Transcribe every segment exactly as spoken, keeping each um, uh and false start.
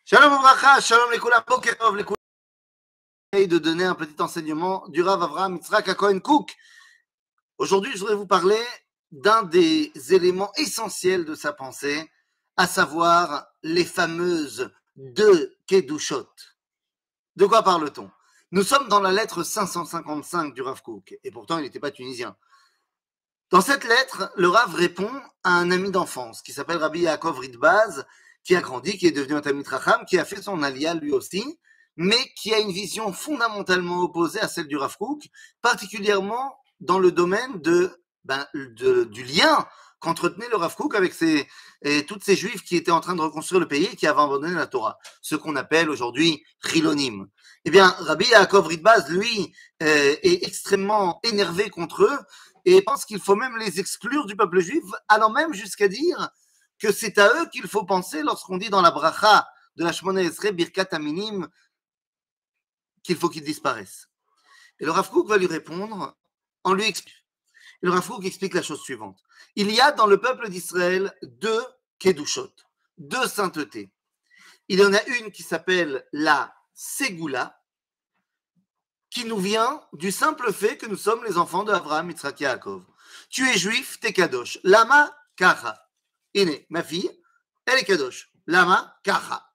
Shalom Ouvracha, Shalom les Koulam, Boker Tov les Koulam. De donner un petit enseignement du Rav Avraham Yitzhak Cohen Cook. Aujourd'hui, je voudrais vous parler d'un des éléments essentiels de sa pensée, à savoir les fameuses deux Kedushot. De quoi parle-t-on? Nous sommes dans la lettre cinq cent cinquante-cinq du Rav Cook, et pourtant il n'était pas tunisien. Dans cette lettre, le Rav répond à un ami d'enfance qui s'appelle Rabbi Yaakov Ridbaz, qui a grandi, qui est devenu un Talmid Chacham, qui a fait son alia lui aussi, mais qui a une vision fondamentalement opposée à celle du Rav Kook, particulièrement dans le domaine de, ben, de, du lien qu'entretenait le Rav Kook avec ses, et toutes ces juifs qui étaient en train de reconstruire le pays et qui avaient abandonné la Torah, ce qu'on appelle aujourd'hui Chilonim. Eh bien, Rabbi Yaakov Ridbaz, lui, euh, est extrêmement énervé contre eux et pense qu'il faut même les exclure du peuple juif, allant même jusqu'à dire que c'est à eux qu'il faut penser lorsqu'on dit dans la bracha de la Shmona Esrei, Birkat Aminim, qu'il faut qu'ils disparaissent. Et le Rav Kook va lui répondre en lui expliquant. Et le Rav Kook explique la chose suivante. Il y a dans le peuple d'Israël deux Kedushot, deux saintetés. Il y en a une qui s'appelle la Ségoula, qui nous vient du simple fait que nous sommes les enfants d'Abraham, Yitzhak, Yaakov. Tu es juif, t'es kadosh. Lama kacha. Ine, ma fille, elle est kadosh. Lama kacha.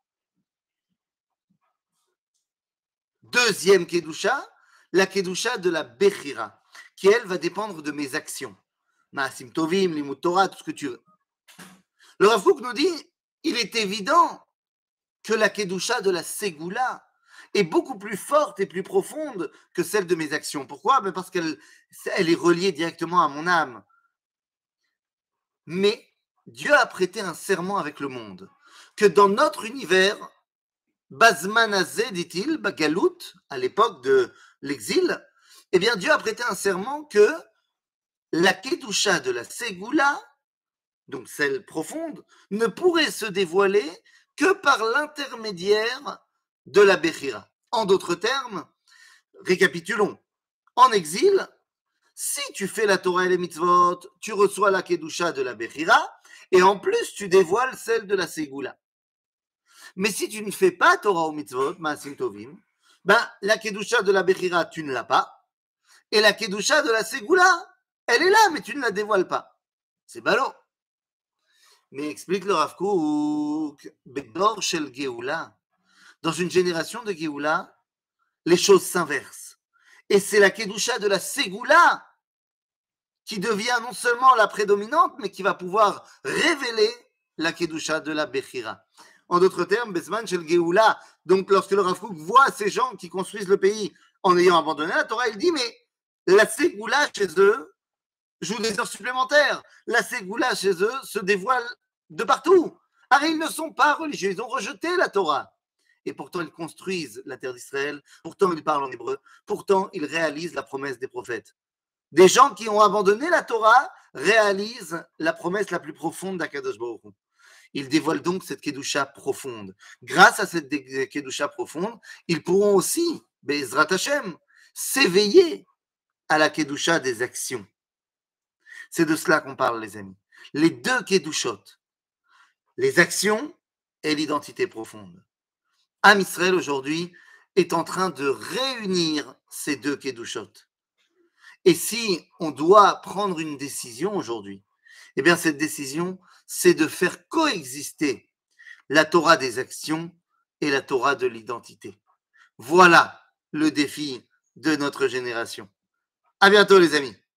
Deuxième kedusha, la kedusha de la bechira, qui elle va dépendre de mes actions. Maasim tovim, limut Torah, tout ce que tu veux. Le Rav Kook nous dit, il est évident que la kedusha de la ségoula est beaucoup plus forte et plus profonde que celle de mes actions. Pourquoi? Ben parce qu'elle elle est reliée directement à mon âme. Mais Dieu a prêté un serment avec le monde, que dans notre univers, Bazmanazé, dit-il, Bagalout, à l'époque de l'exil, eh bien Dieu a prêté un serment que la kedusha de la ségoula, donc celle profonde, ne pourrait se dévoiler que par l'intermédiaire de la bechira. En d'autres termes, récapitulons. En exil, si tu fais la Torah et les mitzvot, tu reçois la kedusha de la bechira et en plus tu dévoiles celle de la ségoula. Mais si tu ne fais pas Torah ou mitzvot, maasim tovim, ben la kedusha de la bechira tu ne l'as pas et la kedusha de la ségoula, elle est là mais tu ne la dévoiles pas. C'est ballot. Mais explique le Rav Kook, Bedor shel Geoula, dans une génération de Géoula, les choses s'inversent. Et c'est la Kedusha de la Ségoula qui devient non seulement la prédominante, mais qui va pouvoir révéler la Kedusha de la Bechira. En d'autres termes, Bezman shel Géoula, donc lorsque le Rav Kook voit ces gens qui construisent le pays en ayant abandonné la Torah, il dit, mais la Ségoula chez eux joue des heures supplémentaires. La Ségoula chez eux se dévoile de partout. Alors ils ne sont pas religieux, ils ont rejeté la Torah. Et pourtant ils construisent la terre d'Israël, pourtant ils parlent en hébreu, pourtant ils réalisent la promesse des prophètes. Des gens qui ont abandonné la Torah réalisent la promesse la plus profonde d'Akadosh Baruch Hu. Ils dévoilent donc cette Kedusha profonde. Grâce à cette Kedusha profonde, ils pourront aussi, Be'ezrat Hashem, s'éveiller à la Kedusha des actions. C'est de cela qu'on parle, les amis. Les deux Kedushot, les actions et l'identité profonde. Am Israël aujourd'hui est en train de réunir ces deux Kedushot. Et si on doit prendre une décision aujourd'hui, eh bien cette décision, c'est de faire coexister la Torah des actions et la Torah de l'identité. Voilà le défi de notre génération. À bientôt les amis.